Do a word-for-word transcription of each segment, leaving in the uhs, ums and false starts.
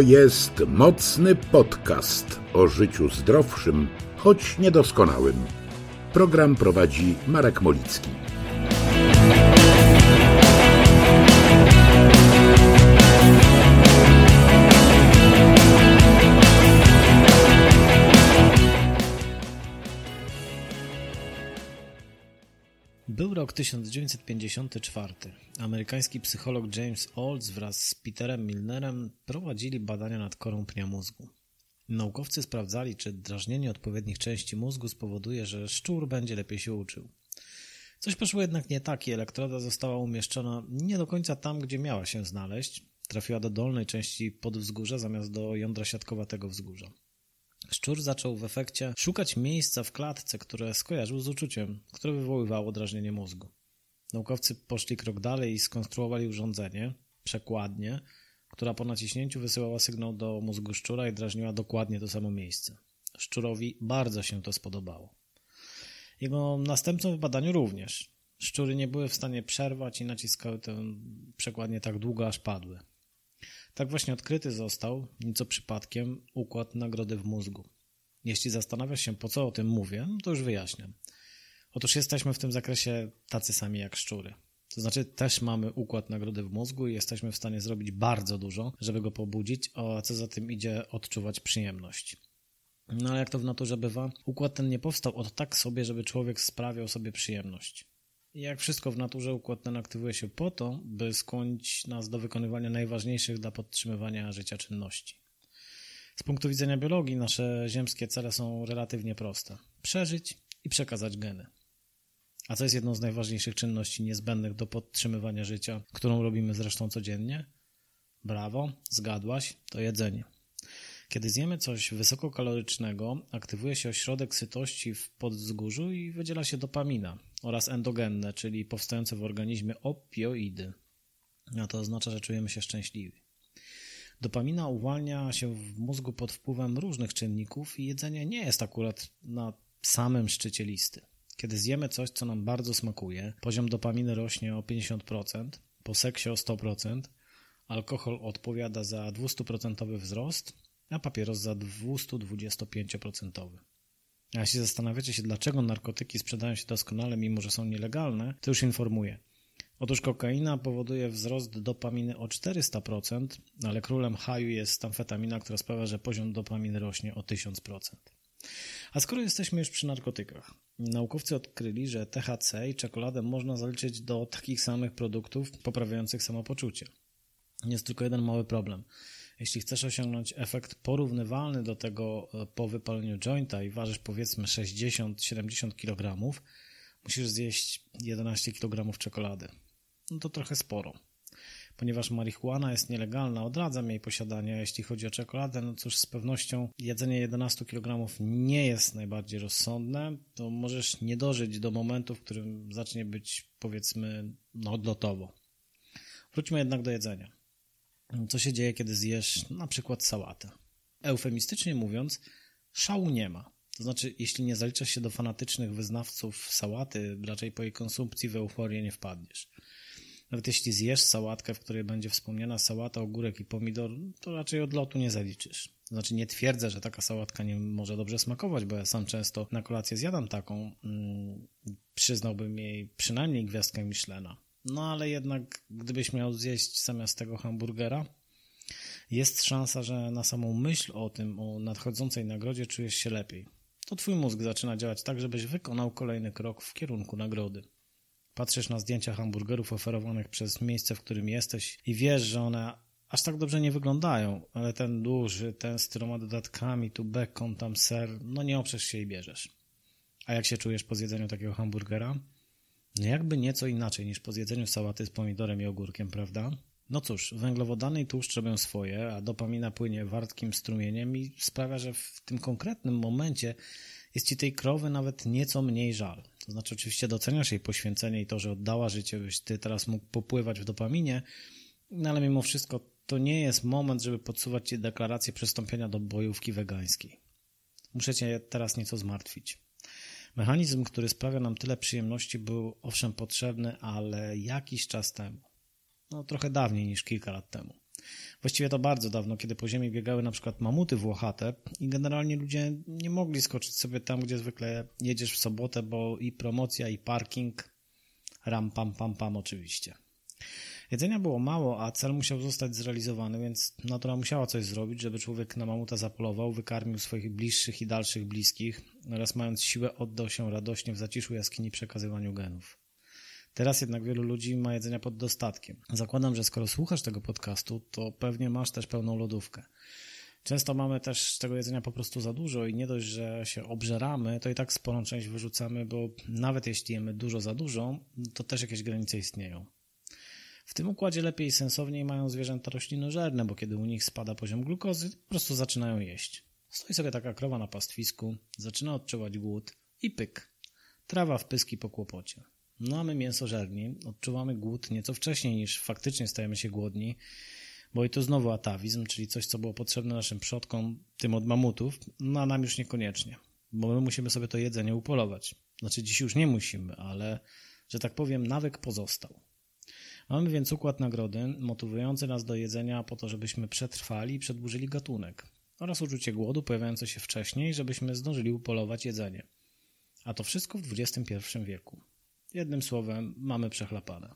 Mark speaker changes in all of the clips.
Speaker 1: jest mocny podcast o życiu zdrowszym, choć niedoskonałym. Program prowadzi Marek Molicki.
Speaker 2: Był rok tysiąc dziewięćset pięćdziesiąty czwarty. Amerykański psycholog James Olds wraz z Peterem Milnerem prowadzili badania nad korą pnia mózgu. Naukowcy sprawdzali, czy drażnienie odpowiednich części mózgu spowoduje, że szczur będzie lepiej się uczył. Coś poszło jednak nie tak i elektroda została umieszczona nie do końca tam, gdzie miała się znaleźć. Trafiła do dolnej części podwzgórza zamiast do jądra siatkowatego wzgórza. Szczur zaczął w efekcie szukać miejsca w klatce, które skojarzył z uczuciem, które wywoływało drażnienie mózgu. Naukowcy poszli krok dalej i skonstruowali urządzenie, przekładnię, która po naciśnięciu wysyłała sygnał do mózgu szczura i drażniła dokładnie to samo miejsce. Szczurowi bardzo się to spodobało. Jego następcom w badaniu również. Szczury nie były w stanie przerwać i naciskały tę przekładnię tak długo, aż padły. Tak właśnie odkryty został, nieco przypadkiem, układ nagrody w mózgu. Jeśli zastanawiasz się, po co o tym mówię, to już wyjaśniam. Otóż jesteśmy w tym zakresie tacy sami jak szczury. To znaczy też mamy układ nagrody w mózgu i jesteśmy w stanie zrobić bardzo dużo, żeby go pobudzić, a co za tym idzie, odczuwać przyjemność. No ale jak to w naturze bywa, układ ten nie powstał od tak sobie, żeby człowiek sprawiał sobie przyjemność. I jak wszystko w naturze, układ ten aktywuje się po to, by skłonić nas do wykonywania najważniejszych dla podtrzymywania życia czynności. Z punktu widzenia biologii nasze ziemskie cele są relatywnie proste. Przeżyć i przekazać geny. A co jest jedną z najważniejszych czynności niezbędnych do podtrzymywania życia, którą robimy zresztą codziennie? Brawo, zgadłaś, to jedzenie. Kiedy zjemy coś wysokokalorycznego, aktywuje się ośrodek sytości w podwzgórzu i wydziela się dopamina oraz endogenne, czyli powstające w organizmie opioidy. A to oznacza, że czujemy się szczęśliwi. Dopamina uwalnia się w mózgu pod wpływem różnych czynników i jedzenie nie jest akurat na samym szczycie listy. Kiedy zjemy coś, co nam bardzo smakuje, poziom dopaminy rośnie o pięćdziesiąt procent, po seksie o sto procent, alkohol odpowiada za dwieście procent wzrost, a papieros za dwieście dwadzieścia pięć procent. A jeśli zastanawiacie się, dlaczego narkotyki sprzedają się doskonale, mimo że są nielegalne, to już informuję. Otóż kokaina powoduje wzrost dopaminy o czterysta procent, ale królem haju jest amfetamina, która sprawia, że poziom dopaminy rośnie o tysiąc procent. A skoro jesteśmy już przy narkotykach, naukowcy odkryli, że T H C i czekoladę można zaliczyć do takich samych produktów poprawiających samopoczucie. Jest tylko jeden mały problem. Jeśli chcesz osiągnąć efekt porównywalny do tego po wypaleniu jointa i ważysz powiedzmy sześćdziesiąt do siedemdziesięciu kilogramów, musisz zjeść jedenaście kilogramów czekolady. No to trochę sporo. Ponieważ marihuana jest nielegalna, odradzam jej posiadanie, a jeśli chodzi o czekoladę, no cóż, z pewnością jedzenie jedenastu kilogramów nie jest najbardziej rozsądne, to możesz nie dożyć do momentu, w którym zacznie być, powiedzmy, no, odlotowo. Wróćmy jednak do jedzenia. Co się dzieje, kiedy zjesz na przykład sałatę? Eufemistycznie mówiąc, szału nie ma. To znaczy, jeśli nie zaliczasz się do fanatycznych wyznawców sałaty, raczej po jej konsumpcji w euforię nie wpadniesz. Nawet jeśli zjesz sałatkę, w której będzie wspomniana sałata, ogórek i pomidor, to raczej odlotu nie zaliczysz. To znaczy, nie twierdzę, że taka sałatka nie może dobrze smakować, bo ja sam często na kolację zjadam taką. Hmm, przyznałbym jej przynajmniej gwiazdkę Michelina. No ale jednak, gdybyś miał zjeść zamiast tego hamburgera, jest szansa, że na samą myśl o tym, o nadchodzącej nagrodzie czujesz się lepiej. To twój mózg zaczyna działać tak, żebyś wykonał kolejny krok w kierunku nagrody. Patrzysz na zdjęcia hamburgerów oferowanych przez miejsce, w którym jesteś i wiesz, że one aż tak dobrze nie wyglądają, ale ten duży, ten z tyloma dodatkami, tu bekon, tam ser, no nie oprzesz się i bierzesz. A jak się czujesz po zjedzeniu takiego hamburgera? No jakby nieco inaczej niż po zjedzeniu sałaty z pomidorem i ogórkiem, prawda? No cóż, węglowodany i tłuszcz robią swoje, a dopamina płynie wartkim strumieniem i sprawia, że w tym konkretnym momencie jest ci tej krowy nawet nieco mniej żal. To znaczy oczywiście doceniasz jej poświęcenie i to, że oddała życie, byś ty teraz mógł popływać w dopaminie, no ale mimo wszystko to nie jest moment, żeby podsuwać ci deklarację przystąpienia do bojówki wegańskiej. Muszę cię teraz nieco zmartwić. Mechanizm, który sprawia nam tyle przyjemności, był owszem potrzebny, ale jakiś czas temu. No trochę dawniej niż kilka lat temu. Właściwie to bardzo dawno, kiedy po ziemi biegały na przykład mamuty włochate i generalnie ludzie nie mogli skoczyć sobie tam, gdzie zwykle jedziesz w sobotę, bo i promocja, i parking, ram pam pam pam oczywiście. Jedzenia było mało, a cel musiał zostać zrealizowany, więc natura musiała coś zrobić, żeby człowiek na mamuta zapolował, wykarmił swoich bliższych i dalszych bliskich oraz mając siłę oddał się radośnie w zaciszu jaskini przekazywaniu genów. Teraz jednak wielu ludzi ma jedzenia pod dostatkiem. Zakładam, że skoro słuchasz tego podcastu, to pewnie masz też pełną lodówkę. Często mamy też tego jedzenia po prostu za dużo i nie dość, że się obżeramy, to i tak sporą część wyrzucamy, bo nawet jeśli jemy dużo za dużo, to też jakieś granice istnieją. W tym układzie lepiej i sensowniej mają zwierzęta roślinożerne, bo kiedy u nich spada poziom glukozy, po prostu zaczynają jeść. Stoi sobie taka krowa na pastwisku, zaczyna odczuwać głód i pyk. Trawa w pyski po kłopocie. No a my mięsożerni odczuwamy głód nieco wcześniej niż faktycznie stajemy się głodni, bo i to znowu atawizm, czyli coś, co było potrzebne naszym przodkom, tym od mamutów, no a nam już niekoniecznie, bo my musimy sobie to jedzenie upolować. Znaczy dziś już nie musimy, ale, że tak powiem, nawyk pozostał. Mamy więc układ nagrody motywujący nas do jedzenia po to, żebyśmy przetrwali i przedłużyli gatunek oraz uczucie głodu pojawiające się wcześniej, żebyśmy zdążyli upolować jedzenie. A to wszystko w dwudziestym pierwszym wieku. Jednym słowem, mamy przechlapane.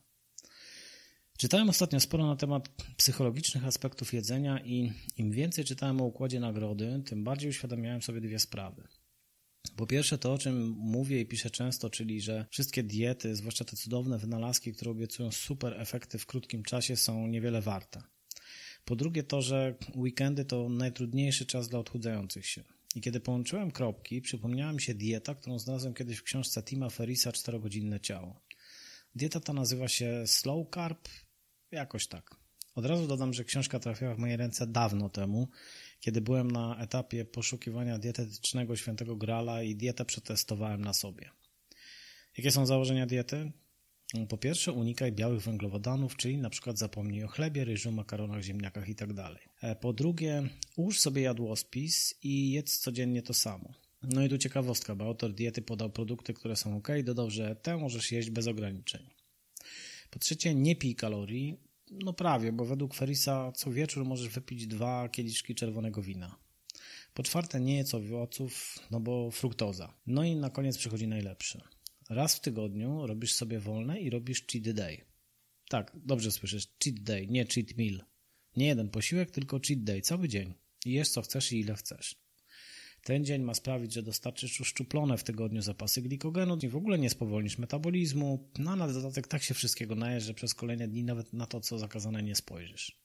Speaker 2: Czytałem ostatnio sporo na temat psychologicznych aspektów jedzenia i im więcej czytałem o układzie nagrody, tym bardziej uświadamiałem sobie dwie sprawy. Po pierwsze to, o czym mówię i piszę często, czyli że wszystkie diety, zwłaszcza te cudowne wynalazki, które obiecują super efekty w krótkim czasie, są niewiele warte. Po drugie to, że weekendy to najtrudniejszy czas dla odchudzających się. I kiedy połączyłem kropki, przypomniała mi się dieta, którą znalazłem kiedyś w książce Tima Ferrissa czterogodzinne ciało. Dieta ta nazywa się Slow Carb, jakoś tak. Od razu dodam, że książka trafiła w moje ręce dawno temu, kiedy byłem na etapie poszukiwania dietetycznego świętego grala i dietę przetestowałem na sobie. Jakie są założenia diety? Po pierwsze, unikaj białych węglowodanów, czyli na przykład zapomnij o chlebie, ryżu, makaronach, ziemniakach itd. Po drugie, ułóż sobie jadłospis i jedz codziennie to samo. No i tu ciekawostka, bo autor diety podał produkty, które są ok, dodał, że tę możesz jeść bez ograniczeń. Po trzecie, nie pij kalorii, no prawie, bo według Ferrissa co wieczór możesz wypić dwa kieliszki czerwonego wina. Po czwarte, nie jedz owoców, no bo fruktoza. No i na koniec przychodzi najlepsze. Raz w tygodniu robisz sobie wolne i robisz cheat day. Tak, dobrze słyszysz, cheat day, nie cheat meal. Nie jeden posiłek, tylko cheat day, cały dzień. I jesz co chcesz i ile chcesz. Ten dzień ma sprawić, że dostarczysz uszczuplone w tygodniu zapasy glikogenu i w ogóle nie spowolnisz metabolizmu, no a na dodatek tak się wszystkiego najesz, że przez kolejne dni nawet na to, co zakazane, nie spojrzysz.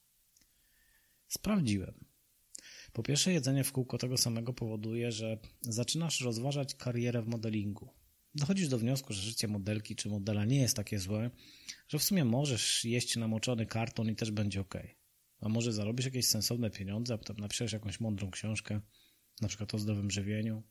Speaker 2: Sprawdziłem. Po pierwsze, jedzenie w kółko tego samego powoduje, że zaczynasz rozważać karierę w modelingu. Dochodzisz do wniosku, że życie modelki czy modela nie jest takie złe, że w sumie możesz jeść namoczony karton i też będzie ok. A może zarobisz jakieś sensowne pieniądze, a potem napiszesz jakąś mądrą książkę, na przykład o zdrowym żywieniu.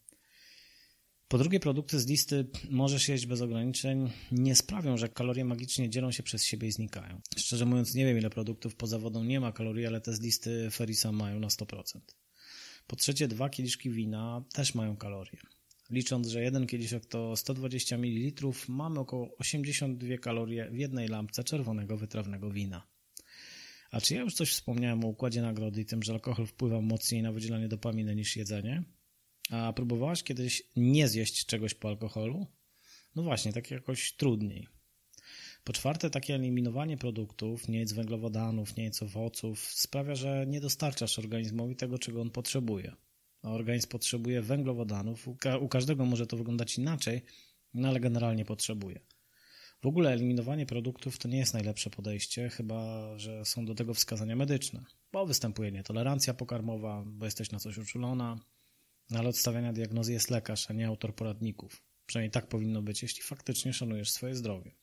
Speaker 2: Po drugie, produkty z listy możesz jeść bez ograniczeń nie sprawią, że kalorie magicznie dzielą się przez siebie i znikają. Szczerze mówiąc, nie wiem, ile produktów poza wodą nie ma kalorii, ale te z listy Ferrissa mają na sto procent. Po trzecie, dwa kieliszki wina też mają kalorie. Licząc, że jeden kieliszek to sto dwadzieścia mililitrów, mamy około osiemdziesiąt dwie kalorie w jednej lampce czerwonego wytrawnego wina. A czy ja już coś wspomniałem o układzie nagrody i tym, że alkohol wpływa mocniej na wydzielanie dopaminy niż jedzenie? A próbowałaś kiedyś nie zjeść czegoś po alkoholu? No właśnie, tak jakoś trudniej. Po czwarte, takie eliminowanie produktów, nie jedz węglowodanów, nie jedz owoców, sprawia, że nie dostarczasz organizmowi tego, czego on potrzebuje. A organizm potrzebuje węglowodanów, u, ka- u każdego może to wyglądać inaczej, no ale generalnie potrzebuje. W ogóle eliminowanie produktów to nie jest najlepsze podejście, chyba że są do tego wskazania medyczne, bo występuje nietolerancja pokarmowa, bo jesteś na coś uczulona, no ale od stawiania diagnozy jest lekarz, a nie autor poradników. Przynajmniej tak powinno być, jeśli faktycznie szanujesz swoje zdrowie.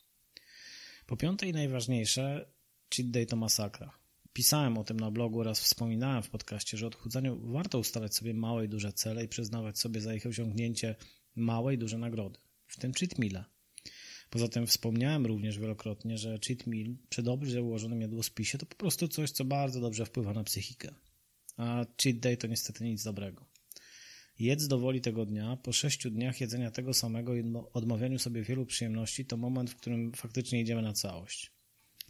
Speaker 2: Po piąte i najważniejsze, cheat day to masakra. Pisałem o tym na blogu oraz wspominałem w podcaście, że odchudzaniu warto ustalać sobie małe i duże cele i przyznawać sobie za ich osiągnięcie małe i duże nagrody, w tym cheat meale. Poza tym wspomniałem również wielokrotnie, że cheat meal przy dobrze ułożonym jadłospisie to po prostu coś, co bardzo dobrze wpływa na psychikę. A cheat day to niestety nic dobrego. Jedz do woli tego dnia, po sześciu dniach jedzenia tego samego i odmawianiu sobie wielu przyjemności to moment, w którym faktycznie idziemy na całość.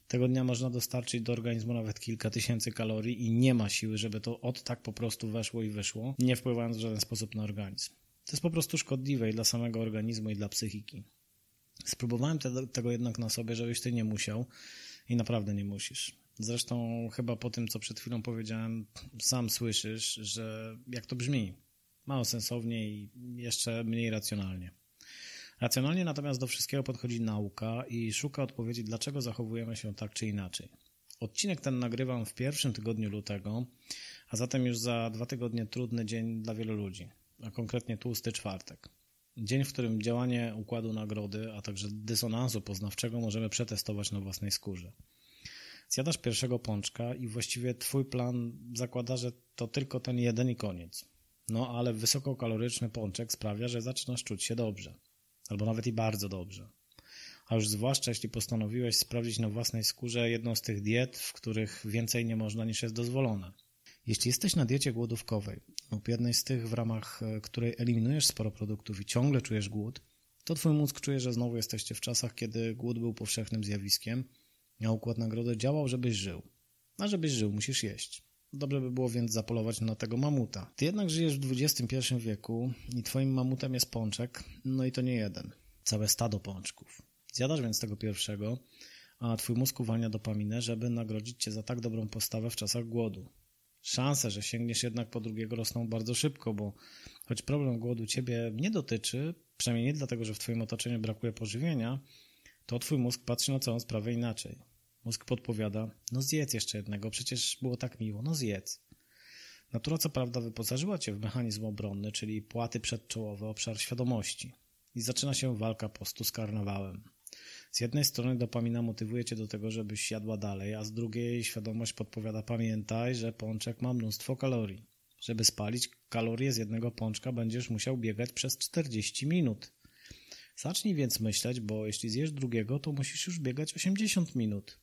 Speaker 2: Tego dnia można dostarczyć do organizmu nawet kilka tysięcy kalorii i nie ma siły, żeby to od tak po prostu weszło i wyszło, nie wpływając w żaden sposób na organizm. To jest po prostu szkodliwe i dla samego organizmu, i dla psychiki. Spróbowałem te, tego jednak na sobie, żebyś ty nie musiał i naprawdę nie musisz. Zresztą chyba po tym, co przed chwilą powiedziałem, sam słyszysz, że jak to brzmi, mało sensownie i jeszcze mniej racjonalnie. Racjonalnie natomiast do wszystkiego podchodzi nauka i szuka odpowiedzi, dlaczego zachowujemy się tak czy inaczej. Odcinek ten nagrywam w pierwszym tygodniu lutego, a zatem już za dwa tygodnie trudny dzień dla wielu ludzi, a konkretnie tłusty czwartek. Dzień, w którym działanie układu nagrody, a także dysonansu poznawczego możemy przetestować na własnej skórze. Zjadasz pierwszego pączka i właściwie twój plan zakłada, że to tylko ten jeden i koniec. No ale wysokokaloryczny pączek sprawia, że zaczynasz czuć się dobrze. Albo nawet i bardzo dobrze. A już zwłaszcza jeśli postanowiłeś sprawdzić na własnej skórze jedną z tych diet, w których więcej nie można niż jest dozwolone. Jeśli jesteś na diecie głodówkowej lub jednej z tych, w ramach której eliminujesz sporo produktów i ciągle czujesz głód, to twój mózg czuje, że znowu jesteście w czasach, kiedy głód był powszechnym zjawiskiem, a układ nagrody działał, żebyś żył. A żebyś żył, musisz jeść. Dobrze by było więc zapolować na tego mamuta. Ty jednak żyjesz w dwudziestym pierwszym wieku i twoim mamutem jest pączek, no i to nie jeden. Całe stado pączków. Zjadasz więc tego pierwszego, a twój mózg uwalnia dopaminę, żeby nagrodzić cię za tak dobrą postawę w czasach głodu. Szanse, że sięgniesz jednak po drugiego, rosną bardzo szybko, bo choć problem głodu ciebie nie dotyczy, przynajmniej nie dlatego, że w twoim otoczeniu brakuje pożywienia, to twój mózg patrzy na całą sprawę inaczej. Mózg podpowiada, no zjedz jeszcze jednego, przecież było tak miło, no zjedz. Natura co prawda wyposażyła cię w mechanizm obronny, czyli płaty przedczołowe, obszar świadomości. I zaczyna się walka postu z karnawałem. Z jednej strony dopamina motywuje cię do tego, żebyś jadła dalej, a z drugiej świadomość podpowiada, pamiętaj, że pączek ma mnóstwo kalorii. Żeby spalić kalorie z jednego pączka będziesz musiał biegać przez czterdzieści minut. Zacznij więc myśleć, bo jeśli zjesz drugiego, to musisz już biegać osiemdziesiąt minut.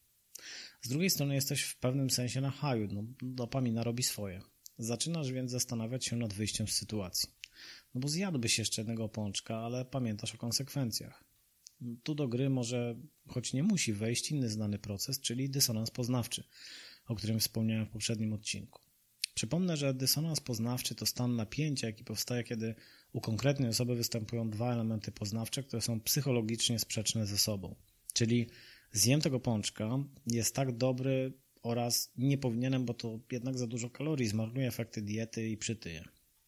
Speaker 2: Z drugiej strony jesteś w pewnym sensie na haju, no dopamina robi swoje. Zaczynasz więc zastanawiać się nad wyjściem z sytuacji. No bo zjadłbyś jeszcze jednego pączka, ale pamiętasz o konsekwencjach. Tu do gry może, choć nie musi wejść, inny znany proces, czyli dysonans poznawczy, o którym wspomniałem w poprzednim odcinku. Przypomnę, że dysonans poznawczy to stan napięcia, jaki powstaje, kiedy u konkretnej osoby występują dwa elementy poznawcze, które są psychologicznie sprzeczne ze sobą. Czyli zjem tego pączka, jest tak dobry oraz nie powinienem, bo to jednak za dużo kalorii, zmarnuje efekty diety i przytyję.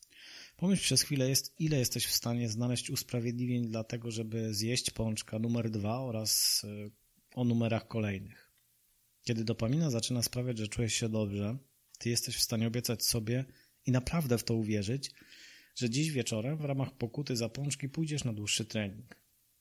Speaker 2: Pomyśl przez chwilę, jest, ile jesteś w stanie znaleźć usprawiedliwień dla tego, żeby zjeść pączka numer dwa oraz y, o numerach kolejnych. Kiedy dopamina zaczyna sprawiać, że czujesz się dobrze, ty jesteś w stanie obiecać sobie i naprawdę w to uwierzyć, że dziś wieczorem w ramach pokuty za pączki pójdziesz na dłuższy trening.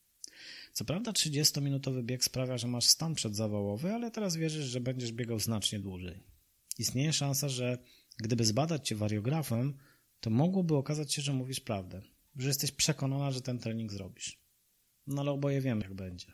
Speaker 2: Co prawda trzydziestominutowy bieg sprawia, że masz stan przedzawałowy, ale teraz wierzysz, że będziesz biegał znacznie dłużej. Istnieje szansa, że gdyby zbadać cię wariografem, to mogłoby okazać się, że mówisz prawdę, że jesteś przekonana, że ten trening zrobisz. No ale oboje wiemy, jak będzie.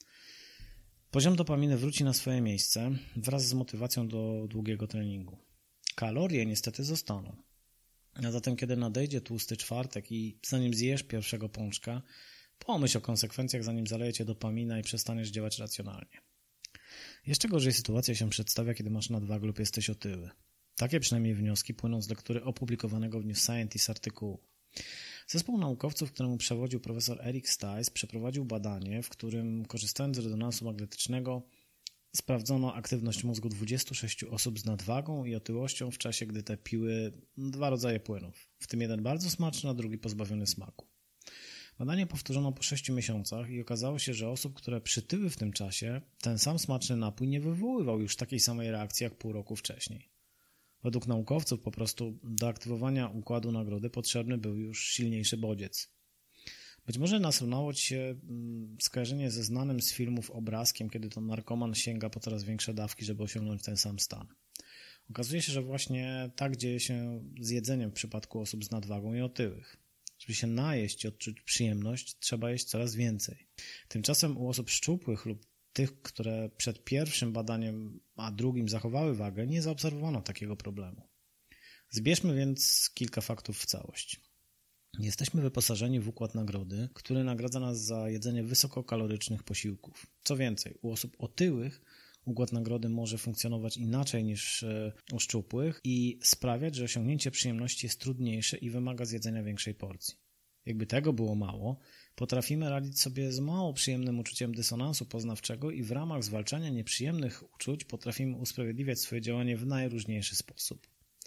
Speaker 2: Poziom dopaminy wróci na swoje miejsce wraz z motywacją do długiego treningu. Kalorie niestety zostaną. A zatem, kiedy nadejdzie tłusty czwartek i zanim zjesz pierwszego pączka, pomyśl o konsekwencjach, zanim zaleje cię dopamina i przestaniesz działać racjonalnie. Jeszcze gorzej sytuacja się przedstawia, kiedy masz nadwagę lub jesteś otyły. Takie przynajmniej wnioski płyną z lektury opublikowanego w New Scientist artykułu. Zespół naukowców, któremu przewodził profesor Eric Stice, przeprowadził badanie, w którym, korzystając z rezonansu magnetycznego, sprawdzono aktywność mózgu dwudziestu sześciu osób z nadwagą i otyłością w czasie, gdy te piły dwa rodzaje płynów, w tym jeden bardzo smaczny, a drugi pozbawiony smaku. Badanie powtórzono po sześciu miesiącach i okazało się, że osób, które przytyły w tym czasie, ten sam smaczny napój nie wywoływał już takiej samej reakcji jak pół roku wcześniej. Według naukowców po prostu do aktywowania układu nagrody potrzebny był już silniejszy bodziec. Być może nasunęło ci się skojarzenie ze znanym z filmów obrazkiem, kiedy to narkoman sięga po coraz większe dawki, żeby osiągnąć ten sam stan. Okazuje się, że właśnie tak dzieje się z jedzeniem w przypadku osób z nadwagą i otyłych. Żeby się najeść i odczuć przyjemność, trzeba jeść coraz więcej. Tymczasem u osób szczupłych lub tych, które przed pierwszym badaniem, a drugim zachowały wagę, nie zaobserwowano takiego problemu. Zbierzmy więc kilka faktów w całość. Jesteśmy wyposażeni w układ nagrody, który nagradza nas za jedzenie wysokokalorycznych posiłków. Co więcej, u osób otyłych układ nagrody może funkcjonować inaczej niż u szczupłych i sprawiać, że osiągnięcie przyjemności jest trudniejsze i wymaga zjedzenia większej porcji. Jakby tego było mało, potrafimy radzić sobie z mało przyjemnym uczuciem dysonansu poznawczego i w ramach zwalczania nieprzyjemnych uczuć potrafimy usprawiedliwiać swoje działanie w najróżniejszy sposób.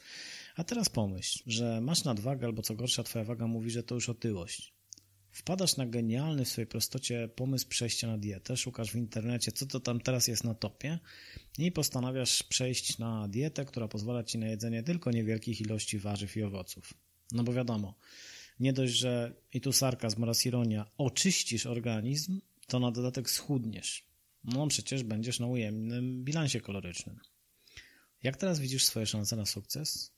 Speaker 2: A teraz pomyśl, że masz nadwagę albo co gorsza twoja waga mówi, że to już otyłość. Wpadasz na genialny w swojej prostocie pomysł przejścia na dietę, szukasz w internecie, co to tam teraz jest na topie i postanawiasz przejść na dietę, która pozwala ci na jedzenie tylko niewielkich ilości warzyw i owoców. No bo wiadomo, nie dość, że i tu sarkazm oraz ironia, oczyścisz organizm, to na dodatek schudniesz. No przecież będziesz na ujemnym bilansie kalorycznym. Jak teraz widzisz swoje szanse na sukces?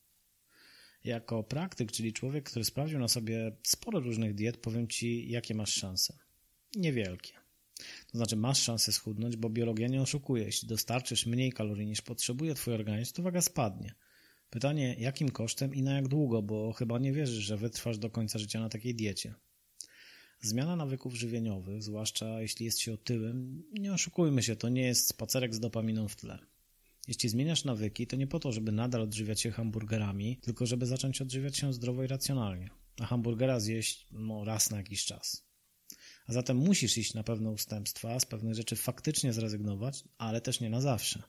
Speaker 2: Jako praktyk, czyli człowiek, który sprawdził na sobie sporo różnych diet, powiem ci, jakie masz szanse. Niewielkie. To znaczy masz szansę schudnąć, bo biologia nie oszukuje. Jeśli dostarczysz mniej kalorii niż potrzebuje twój organizm, to waga spadnie. Pytanie, jakim kosztem i na jak długo, bo chyba nie wierzysz, że wytrwasz do końca życia na takiej diecie. Zmiana nawyków żywieniowych, zwłaszcza jeśli jest się otyłym, nie oszukujmy się, to nie jest spacerek z dopaminą w tle. Jeśli zmieniasz nawyki, to nie po to, żeby nadal odżywiać się hamburgerami, tylko żeby zacząć odżywiać się zdrowo i racjonalnie. A hamburgera zjeść no, raz na jakiś czas. A zatem musisz iść na pewne ustępstwa, z pewnych rzeczy faktycznie zrezygnować, ale też nie na zawsze.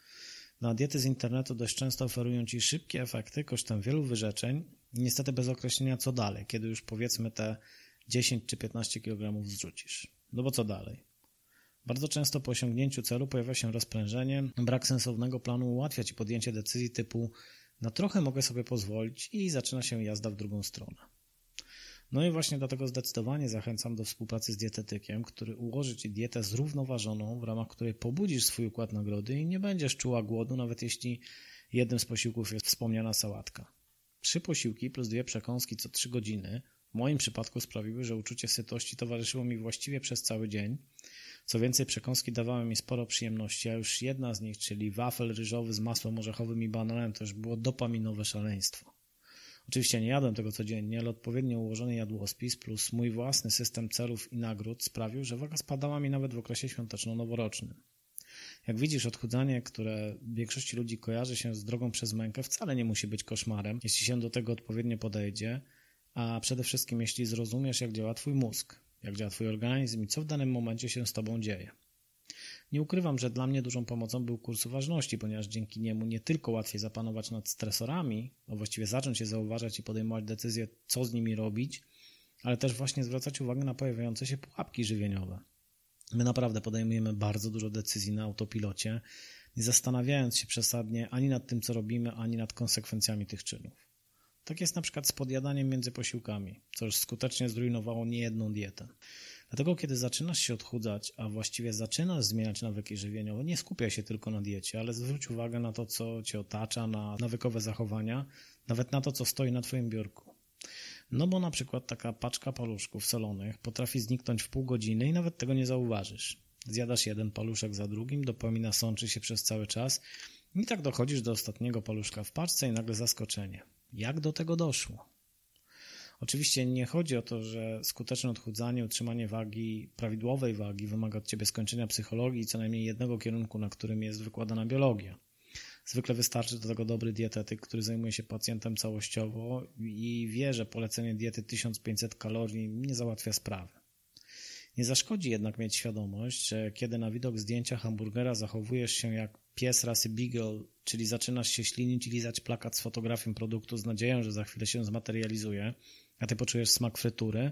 Speaker 2: Na diety z internetu dość często oferują ci szybkie efekty kosztem wielu wyrzeczeń, niestety bez określenia co dalej, kiedy już powiedzmy te dziesięć czy piętnaście kilogramów zrzucisz. No bo co dalej? Bardzo często po osiągnięciu celu pojawia się rozprężenie, brak sensownego planu ułatwia ci podjęcie decyzji typu na trochę mogę sobie pozwolić i zaczyna się jazda w drugą stronę. No i właśnie dlatego zdecydowanie zachęcam do współpracy z dietetykiem, który ułoży ci dietę zrównoważoną, w ramach której pobudzisz swój układ nagrody i nie będziesz czuła głodu, nawet jeśli jednym z posiłków jest wspomniana sałatka. Trzy posiłki plus dwie przekąski co trzy godziny w moim przypadku sprawiły, że uczucie sytości towarzyszyło mi właściwie przez cały dzień. Co więcej, przekąski dawały mi sporo przyjemności, a już jedna z nich, czyli wafel ryżowy z masłem orzechowym i bananem, to już było dopaminowe szaleństwo. Oczywiście nie jadłem tego codziennie, ale odpowiednio ułożony jadłospis plus mój własny system celów i nagród sprawił, że waga spadała mi nawet w okresie świąteczno-noworocznym. Jak widzisz, odchudzanie, które większości ludzi kojarzy się z drogą przez mękę, wcale nie musi być koszmarem, jeśli się do tego odpowiednio podejdzie, a przede wszystkim jeśli zrozumiesz, jak działa twój mózg, jak działa twój organizm i co w danym momencie się z tobą dzieje. Nie ukrywam, że dla mnie dużą pomocą był kurs uważności, ponieważ dzięki niemu nie tylko łatwiej zapanować nad stresorami, a właściwie zacząć je zauważać i podejmować decyzje, co z nimi robić, ale też właśnie zwracać uwagę na pojawiające się pułapki żywieniowe. My naprawdę podejmujemy bardzo dużo decyzji na autopilocie, nie zastanawiając się przesadnie ani nad tym, co robimy, ani nad konsekwencjami tych czynów. Tak jest na przykład z podjadaniem między posiłkami, co już skutecznie zrujnowało niejedną dietę. Dlatego kiedy zaczynasz się odchudzać, a właściwie zaczynasz zmieniać nawyki żywieniowe, nie skupiaj się tylko na diecie, ale zwróć uwagę na to, co cię otacza, na nawykowe zachowania, nawet na to, co stoi na twoim biurku. No bo na przykład taka paczka paluszków solonych potrafi zniknąć w pół godziny i nawet tego nie zauważysz. Zjadasz jeden paluszek za drugim, dopamina sączy się przez cały czas i tak dochodzisz do ostatniego paluszka w paczce i nagle zaskoczenie. Jak do tego doszło? Oczywiście nie chodzi o to, że skuteczne odchudzanie, utrzymanie wagi, prawidłowej wagi wymaga od ciebie skończenia psychologii i co najmniej jednego kierunku, na którym jest wykładana biologia. Zwykle wystarczy do tego dobry dietetyk, który zajmuje się pacjentem całościowo i wie, że polecenie diety tysiąc pięćset kalorii nie załatwia sprawy. Nie zaszkodzi jednak mieć świadomość, że kiedy na widok zdjęcia hamburgera zachowujesz się jak pies rasy Beagle, czyli zaczynasz się ślinić i lizać plakat z fotografią produktu z nadzieją, że za chwilę się zmaterializuje, a ty poczujesz smak frytury,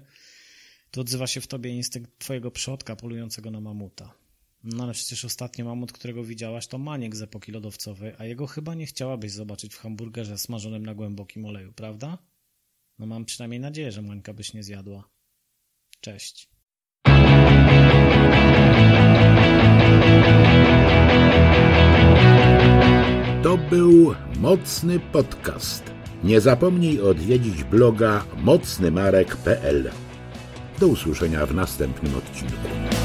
Speaker 2: to odzywa się w tobie instynkt twojego przodka polującego na mamuta. No ale przecież ostatni mamut, którego widziałaś, to maniek z epoki lodowcowej, a jego chyba nie chciałabyś zobaczyć w hamburgerze smażonym na głębokim oleju, prawda? No mam przynajmniej nadzieję, że Mańka byś nie zjadła. Cześć.
Speaker 1: To był Mocny Podcast. Nie zapomnij odwiedzić bloga mocny marek kropka p l. Do usłyszenia w następnym odcinku.